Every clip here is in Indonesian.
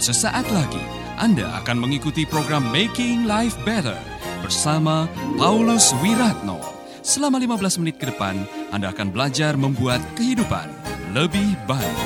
Sesaat lagi Anda akan mengikuti program Making Life Better bersama Paulus Wiratno. Selama 15 menit ke depan, Anda akan belajar membuat kehidupan lebih baik.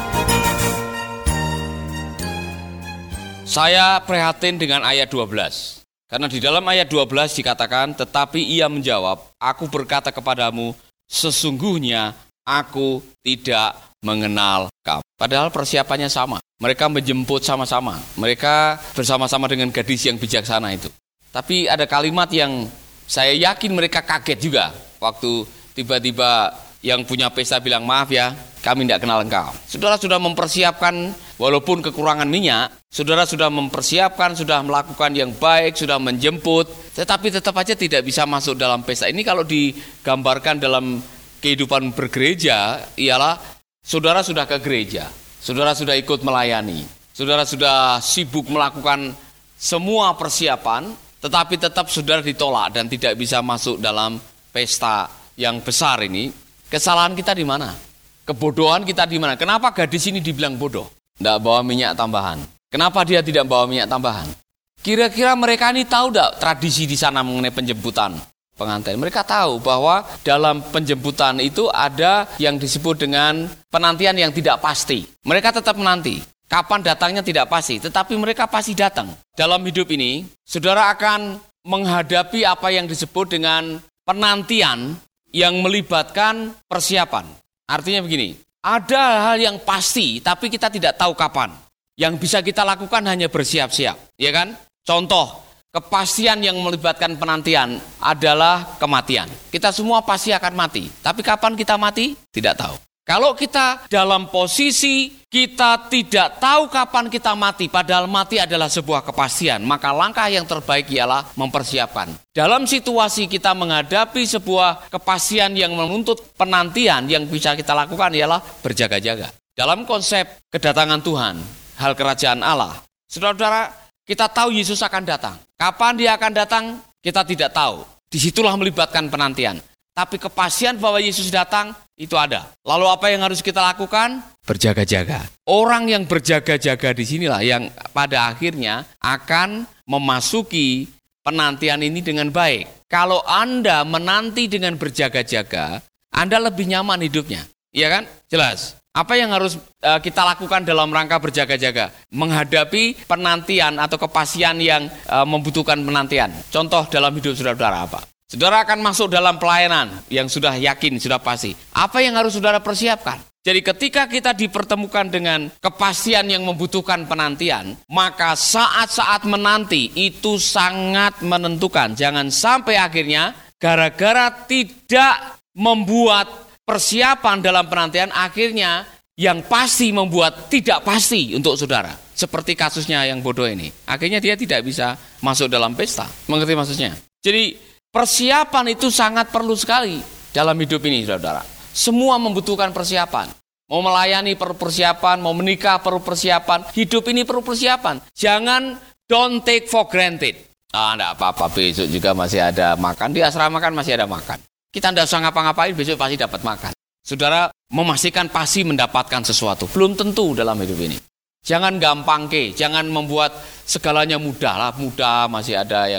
Saya prihatin dengan ayat 12. Karena di dalam ayat 12 dikatakan, tetapi ia menjawab, aku berkata kepadamu, sesungguhnya aku tidak mengenal kamu. Padahal persiapannya sama. Mereka menjemput sama-sama. Mereka bersama-sama dengan gadis yang bijaksana itu. Tapi ada kalimat yang saya yakin mereka kaget juga. Waktu tiba-tiba yang punya pesta bilang, maaf ya, kami tidak kenal engkau. Saudara sudah mempersiapkan, walaupun kekurangan minyak, saudara sudah mempersiapkan, sudah melakukan yang baik, sudah menjemput, tetapi tetap aja tidak bisa masuk dalam pesta. Ini kalau digambarkan dalam kehidupan bergereja, ialah saudara sudah ke gereja, saudara sudah ikut melayani, saudara sudah sibuk melakukan semua persiapan, tetapi tetap saudara ditolak dan tidak bisa masuk dalam pesta yang besar ini. Kesalahan kita di mana? Kebodohan kita di mana? Kenapa gadis ini dibilang bodoh? Tidak bawa minyak tambahan. Kenapa dia tidak bawa minyak tambahan? Kira-kira mereka ini tahu tidak tradisi di sana mengenai penjemputan pengantin? Mereka tahu bahwa dalam penjemputan itu ada yang disebut dengan penantian yang tidak pasti. Mereka tetap menanti. Kapan datangnya tidak pasti, tetapi mereka pasti datang. Dalam hidup ini, saudara akan menghadapi apa yang disebut dengan penantian yang melibatkan persiapan. Artinya begini, ada hal yang pasti tapi kita tidak tahu kapan. Yang bisa kita lakukan hanya bersiap-siap, ya kan? Contoh, kepastian yang melibatkan penantian adalah kematian. Kita semua pasti akan mati, tapi kapan kita mati? Tidak tahu. Kalau kita dalam posisi kita tidak tahu kapan kita mati, padahal mati adalah sebuah kepastian, maka langkah yang terbaik ialah mempersiapkan. Dalam situasi kita menghadapi sebuah kepastian yang menuntut penantian, yang bisa kita lakukan ialah berjaga-jaga. Dalam konsep kedatangan Tuhan, hal kerajaan Allah, saudara-saudara, kita tahu Yesus akan datang. Kapan dia akan datang, kita tidak tahu. Disitulah melibatkan penantian. Tapi kepastian bahwa Yesus datang, itu ada. Lalu apa yang harus kita lakukan? Berjaga-jaga. Orang yang berjaga-jaga di sinilah yang pada akhirnya akan memasuki penantian ini dengan baik. Kalau Anda menanti dengan berjaga-jaga, Anda lebih nyaman hidupnya. Iya kan? Jelas. Apa yang harus kita lakukan dalam rangka berjaga-jaga? Menghadapi penantian atau kepastian yang membutuhkan penantian. Contoh dalam hidup saudara-saudara apa? Saudara akan masuk dalam pelayanan yang sudah yakin, sudah pasti. Apa yang harus saudara persiapkan? Jadi ketika kita dipertemukan dengan kepastian yang membutuhkan penantian, maka saat-saat menanti itu sangat menentukan. Jangan sampai akhirnya gara-gara tidak membuat persiapan dalam penantian, akhirnya yang pasti membuat tidak pasti untuk saudara. Seperti kasusnya yang bodoh ini. Akhirnya dia tidak bisa masuk dalam pesta. Mengerti maksudnya? Jadi persiapan itu sangat perlu sekali dalam hidup ini, saudara. Semua membutuhkan persiapan. Mau melayani perlu persiapan, mau menikah perlu persiapan, hidup ini perlu persiapan. Jangan don't take for granted. Enggak apa-apa, besok juga masih ada makan. Di asrama kan masih ada makan. Kita tidak usah ngapa-ngapain, besok pasti dapat makan. Saudara, memastikan pasti mendapatkan sesuatu. Belum tentu dalam hidup ini. Jangan gampang jangan membuat segalanya mudah lah. Mudah, masih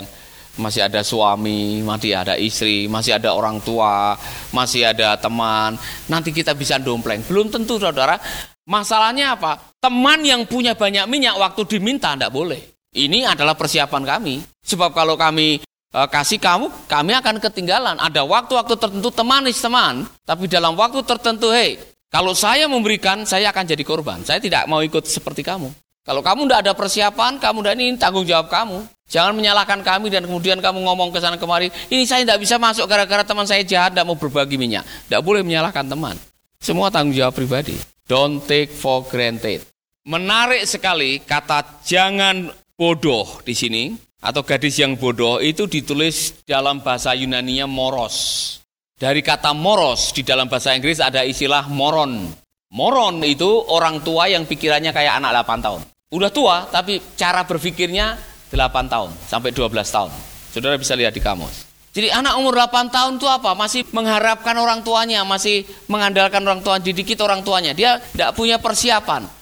ada suami, masih ada istri, masih ada orang tua, masih ada teman. Nanti kita bisa dompleng. Belum tentu, saudara. Masalahnya apa? Teman yang punya banyak minyak waktu diminta tidak boleh. Ini adalah persiapan kami. Sebab kalau kami kasih kamu, kami akan ketinggalan. Ada waktu-waktu tertentu teman. Tapi dalam waktu tertentu, kalau saya memberikan, saya akan jadi korban. Saya tidak mau ikut seperti kamu. Kalau kamu tidak ada persiapan, ini tanggung jawab kamu. Jangan menyalahkan kami dan kemudian kamu ngomong ke sana kemari, ini saya tidak bisa masuk gara-gara teman saya jahat, tidak mau berbagi minyak. Tidak boleh menyalahkan teman. Semua tanggung jawab pribadi. Don't take for granted. Menarik sekali kata jangan bodoh di sini, atau gadis yang bodoh itu ditulis dalam bahasa Yunaninya moros. Dari kata moros di dalam bahasa Inggris ada istilah moron. Moron itu orang tua yang pikirannya kayak anak 8 tahun. Udah tua tapi cara berpikirnya 8 tahun sampai 12 tahun. Saudara bisa lihat di kamus. Jadi anak umur 8 tahun itu apa? Masih mengharapkan orang tuanya, masih mengandalkan orang tua, didikit orang tuanya. Dia tidak punya persiapan.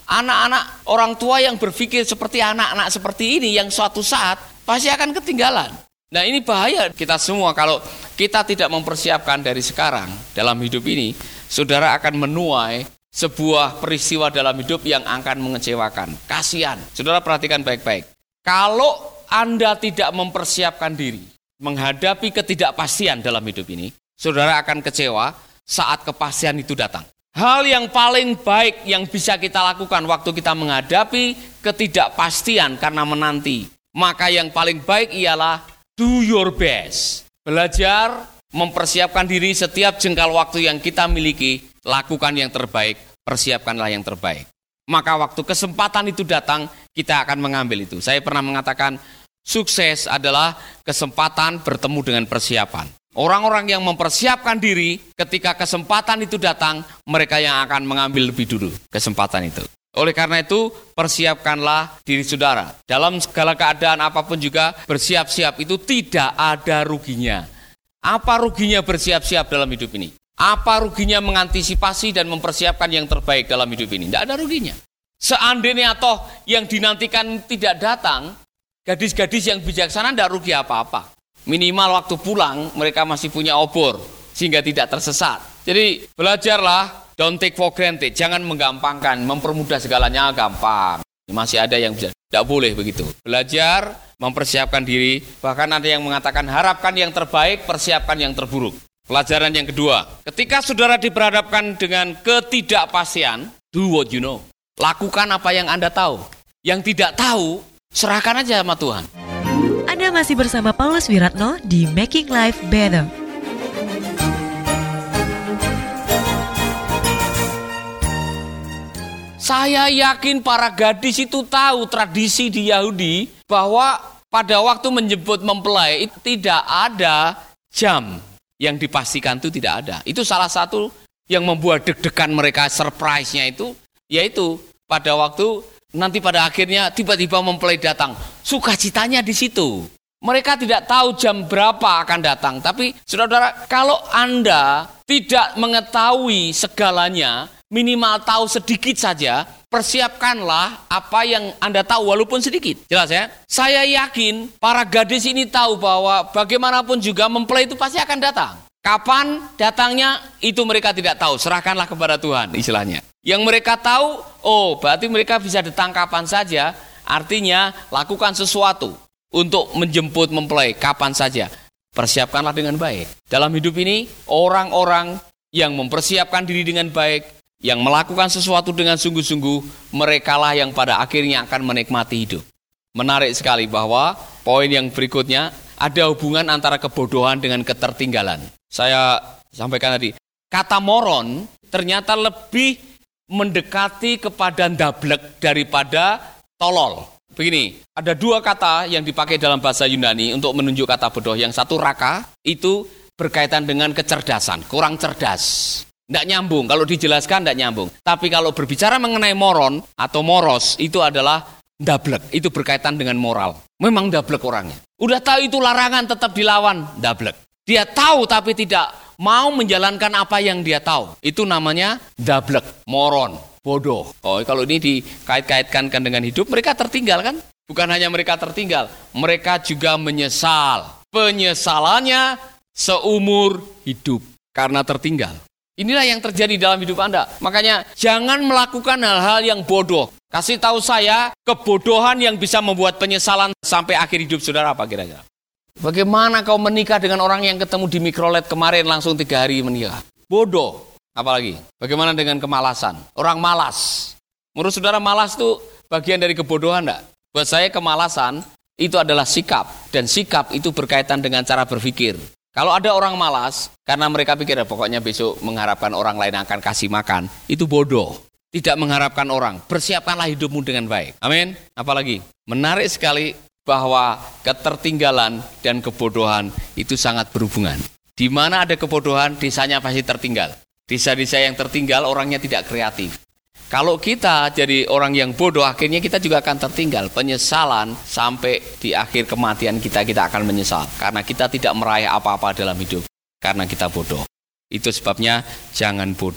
Anak-anak orang tua yang berpikir seperti anak-anak seperti ini yang suatu saat pasti akan ketinggalan. Nah, ini bahaya kita semua kalau kita tidak mempersiapkan dari sekarang dalam hidup ini, saudara akan menuai sebuah peristiwa dalam hidup yang akan mengecewakan. Kasihan. Saudara perhatikan baik-baik. Kalau Anda tidak mempersiapkan diri menghadapi ketidakpastian dalam hidup ini, saudara akan kecewa saat kepastian itu datang. Hal yang paling baik yang bisa kita lakukan waktu kita menghadapi ketidakpastian karena menanti, maka yang paling baik ialah do your best. Belajar mempersiapkan diri setiap jengkal waktu yang kita miliki, lakukan yang terbaik, persiapkanlah yang terbaik. Maka waktu kesempatan itu datang, kita akan mengambil itu. Saya pernah mengatakan, sukses adalah kesempatan bertemu dengan persiapan. Orang-orang yang mempersiapkan diri ketika kesempatan itu datang, mereka yang akan mengambil lebih dulu kesempatan itu. Oleh karena itu, persiapkanlah diri saudara. Dalam segala keadaan apapun juga, bersiap-siap itu tidak ada ruginya. Apa ruginya bersiap-siap dalam hidup ini? Apa ruginya mengantisipasi dan mempersiapkan yang terbaik dalam hidup ini? Tidak ada ruginya. Seandainya toh yang dinantikan tidak datang, gadis-gadis yang bijaksana tidak rugi apa-apa. Minimal waktu pulang, mereka masih punya obor, sehingga tidak tersesat. Jadi, belajarlah. Don't take for granted, jangan menggampangkan, mempermudah segalanya gampang. Masih ada yang bisa, tidak boleh begitu. Belajar, mempersiapkan diri, bahkan ada yang mengatakan harapkan yang terbaik, persiapkan yang terburuk. Pelajaran yang kedua, ketika saudara diperhadapkan dengan ketidakpastian, do what you know. Lakukan apa yang Anda tahu. Yang tidak tahu, serahkan aja sama Tuhan. Anda masih bersama Paulus Wiratno di Making Life Better. Saya yakin para gadis itu tahu tradisi di Yahudi bahwa pada waktu menjemput mempelai itu tidak ada jam yang dipastikan, itu tidak ada. Itu salah satu yang membuat deg-degan mereka, surprise-nya itu, yaitu pada waktu nanti pada akhirnya tiba-tiba mempelai datang. Sukacitanya di situ. Mereka tidak tahu jam berapa akan datang. Tapi saudara-saudara, kalau Anda tidak mengetahui segalanya, minimal tahu sedikit saja, persiapkanlah apa yang Anda tahu walaupun sedikit. Jelas ya? Saya yakin para gadis ini tahu bahwa bagaimanapun juga mempelai itu pasti akan datang. Kapan datangnya itu mereka tidak tahu, serahkanlah kepada Tuhan istilahnya. Yang mereka tahu, oh berarti mereka bisa datang kapan saja, artinya lakukan sesuatu untuk menjemput mempelai kapan saja. Persiapkanlah dengan baik. Dalam hidup ini, orang-orang yang mempersiapkan diri dengan baik, yang melakukan sesuatu dengan sungguh-sungguh, merekalah yang pada akhirnya akan menikmati hidup. Menarik sekali bahwa poin yang berikutnya, ada hubungan antara kebodohan dengan ketertinggalan. Saya sampaikan tadi, kata moron ternyata lebih mendekati kepada ndablek daripada tolol. Begini, ada dua kata yang dipakai dalam bahasa Yunani untuk menunjuk kata bodoh. Yang satu raka, itu berkaitan dengan kecerdasan, kurang cerdas. Tidak nyambung, kalau dijelaskan tidak nyambung. Tapi kalau berbicara mengenai moron atau moros, itu adalah ndablek, itu berkaitan dengan moral. Memang ndablek orangnya. Udah tahu itu larangan tetap dilawan, ndablek. Dia tahu tapi tidak mau menjalankan apa yang dia tahu. Itu namanya ndablek, moron, bodoh. Oh, kalau ini dikait-kaitkan dengan hidup, mereka tertinggal kan? Bukan hanya mereka tertinggal, mereka juga menyesal. Penyesalannya seumur hidup karena tertinggal. Inilah yang terjadi dalam hidup Anda. Makanya jangan melakukan hal-hal yang bodoh. Kasih tahu saya kebodohan yang bisa membuat penyesalan sampai akhir hidup saudara apa kira-kira? Bagaimana kau menikah dengan orang yang ketemu di mikrolet kemarin langsung 3 hari menikah? Bodoh. Apalagi? Bagaimana dengan kemalasan? Orang malas. Menurut saudara malas itu bagian dari kebodohan enggak? Buat saya kemalasan itu adalah sikap. Dan sikap itu berkaitan dengan cara berpikir. Kalau ada orang malas, karena mereka pikir pokoknya besok mengharapkan orang lain akan kasih makan, itu bodoh. Tidak mengharapkan orang, persiapkanlah hidupmu dengan baik. Amin. Apalagi, menarik sekali bahwa ketertinggalan dan kebodohan itu sangat berhubungan. Di mana ada kebodohan, desanya pasti tertinggal. Desa-desa yang tertinggal, orangnya tidak kreatif. Kalau kita jadi orang yang bodoh, akhirnya kita juga akan tertinggal. Penyesalan sampai di akhir kematian kita akan menyesal. Karena kita tidak meraih apa-apa dalam hidup. Karena kita bodoh. Itu sebabnya jangan bodoh.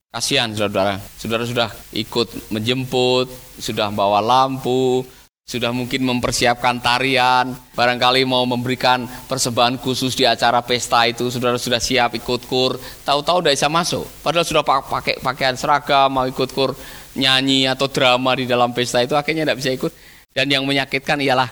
Kasihan saudara sudah ikut menjemput, sudah bawa lampu, sudah mungkin mempersiapkan tarian, barangkali mau memberikan persembahan khusus di acara pesta itu, saudara sudah siap ikut kur, tahu-tahu tidak bisa masuk. Padahal sudah pakai pakaian seragam, mau ikut kur nyanyi atau drama di dalam pesta itu, akhirnya tidak bisa ikut. Dan yang menyakitkan ialah,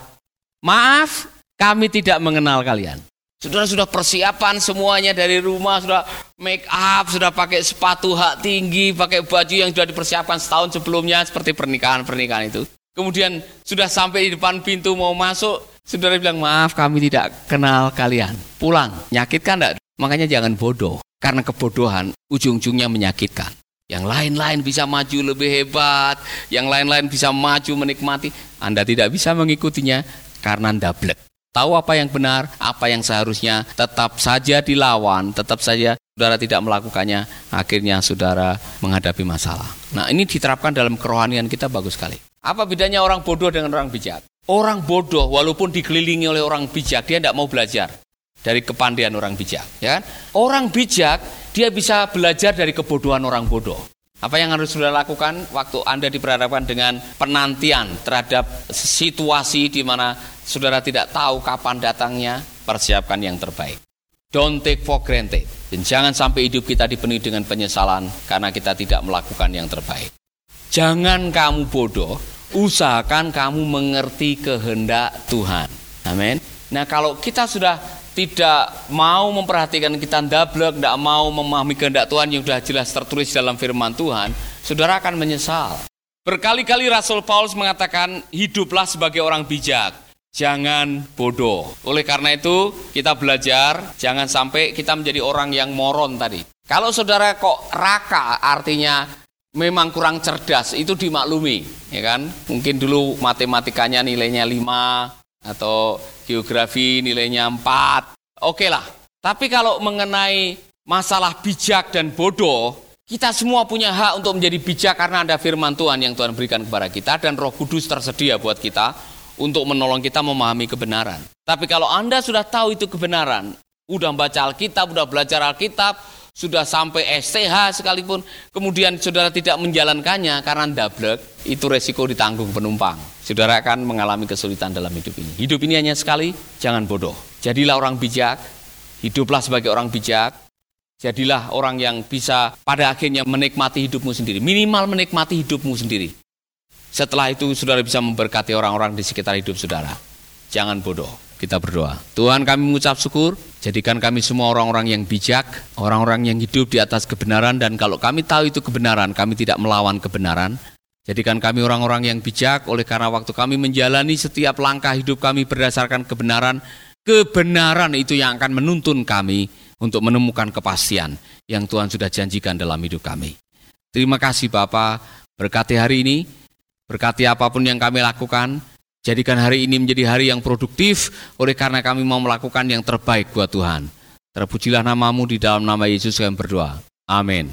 maaf, kami tidak mengenal kalian. Saudara sudah persiapan semuanya dari rumah, sudah make up, sudah pakai sepatu hak tinggi, pakai baju yang sudah dipersiapkan setahun sebelumnya seperti pernikahan itu. Kemudian sudah sampai di depan pintu mau masuk, saudara bilang, maaf kami tidak kenal kalian. Pulang, nyakitkan enggak? Makanya jangan bodoh, karena kebodohan ujung-ujungnya menyakitkan. Yang lain-lain bisa maju lebih hebat, yang lain-lain bisa maju menikmati, Anda tidak bisa mengikutinya karena ndablek. Tahu apa yang benar, apa yang seharusnya, tetap saja dilawan, tetap saja saudara tidak melakukannya, akhirnya saudara menghadapi masalah. Nah, ini diterapkan dalam kerohanian kita bagus sekali. Apa bedanya orang bodoh dengan orang bijak? Orang bodoh walaupun dikelilingi oleh orang bijak, dia tidak mau belajar dari kepandaian orang bijak. Ya kan? Orang bijak, dia bisa belajar dari kebodohan orang bodoh. Apa yang harus saudara lakukan waktu Anda diperhadapkan dengan penantian terhadap situasi di mana saudara tidak tahu kapan datangnya? Persiapkan yang terbaik. Don't take for granted. Dan jangan sampai hidup kita dipenuhi dengan penyesalan karena kita tidak melakukan yang terbaik. Jangan kamu bodoh, usahakan kamu mengerti kehendak Tuhan. Amin. Nah, kalau kita sudah tidak mau memperhatikan, kita ndablek, tidak mau memahami kehendak Tuhan yang sudah jelas tertulis dalam firman Tuhan, saudara akan menyesal. Berkali-kali Rasul Paulus mengatakan, hiduplah sebagai orang bijak, jangan bodoh. Oleh karena itu, kita belajar, jangan sampai kita menjadi orang yang moron tadi. Kalau saudara kok raka, artinya memang kurang cerdas, itu dimaklumi. Ya kan? Mungkin dulu matematikanya nilainya 5, atau geografi nilainya 4, oke lah. Tapi kalau mengenai masalah bijak dan bodoh, kita semua punya hak untuk menjadi bijak karena ada firman Tuhan yang Tuhan berikan kepada kita, dan Roh Kudus tersedia buat kita untuk menolong kita memahami kebenaran. Tapi kalau Anda sudah tahu itu kebenaran, udah baca Alkitab, udah belajar Alkitab, sudah sampai STH sekalipun, kemudian saudara tidak menjalankannya karena ndablek, itu resiko ditanggung penumpang. Saudara akan mengalami kesulitan dalam hidup ini. Hidup ini hanya sekali, jangan bodoh. Jadilah orang bijak, hiduplah sebagai orang bijak, jadilah orang yang bisa pada akhirnya menikmati hidupmu sendiri. Minimal menikmati hidupmu sendiri. Setelah itu saudara bisa memberkati orang-orang di sekitar hidup saudara. Jangan bodoh. Kita berdoa. Tuhan, kami mengucap syukur, jadikan kami semua orang-orang yang bijak, orang-orang yang hidup di atas kebenaran, dan kalau kami tahu itu kebenaran, kami tidak melawan kebenaran. Jadikan kami orang-orang yang bijak, oleh karena waktu kami menjalani setiap langkah hidup kami berdasarkan kebenaran, kebenaran itu yang akan menuntun kami untuk menemukan kepastian yang Tuhan sudah janjikan dalam hidup kami. Terima kasih Bapa, berkati hari ini, berkati apapun yang kami lakukan. Jadikan hari ini menjadi hari yang produktif, oleh karena kami mau melakukan yang terbaik buat Tuhan. Terpujilah nama-Mu, di dalam nama Yesus kami berdoa. Amin.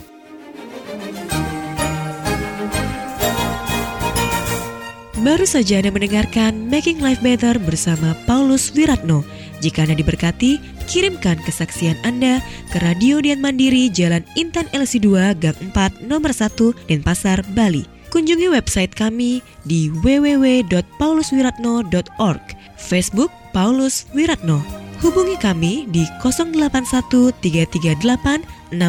Baru saja Anda mendengarkan Making Life Better bersama Paulus Wiratno. Jika Anda diberkati, kirimkan kesaksian Anda ke Radio Dian Mandiri, Jalan Intan LC2, Gang 4, Nomor 1, Denpasar, Bali. Kunjungi website kami di www.pauluswiratno.org, Facebook Paulus Wiratno. Hubungi kami di 081 338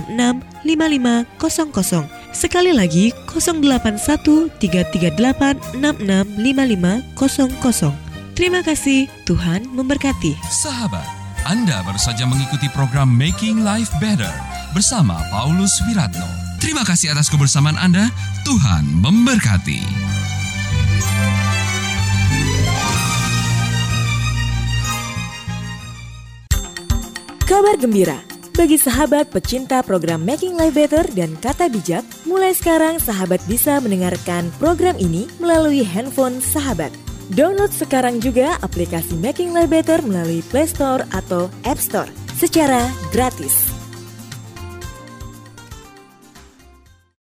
665500. Sekali lagi 081 338 665500. Terima kasih, Tuhan memberkati. Sahabat, Anda baru saja mengikuti program Making Life Better bersama Paulus Wiratno. Terima kasih atas kebersamaan Anda. Tuhan memberkati. Kabar gembira bagi sahabat pecinta program Making Life Better dan Kata Bijak. Mulai sekarang sahabat bisa mendengarkan program ini melalui handphone sahabat. Download sekarang juga aplikasi Making Life Better melalui Play Store atau App Store secara gratis.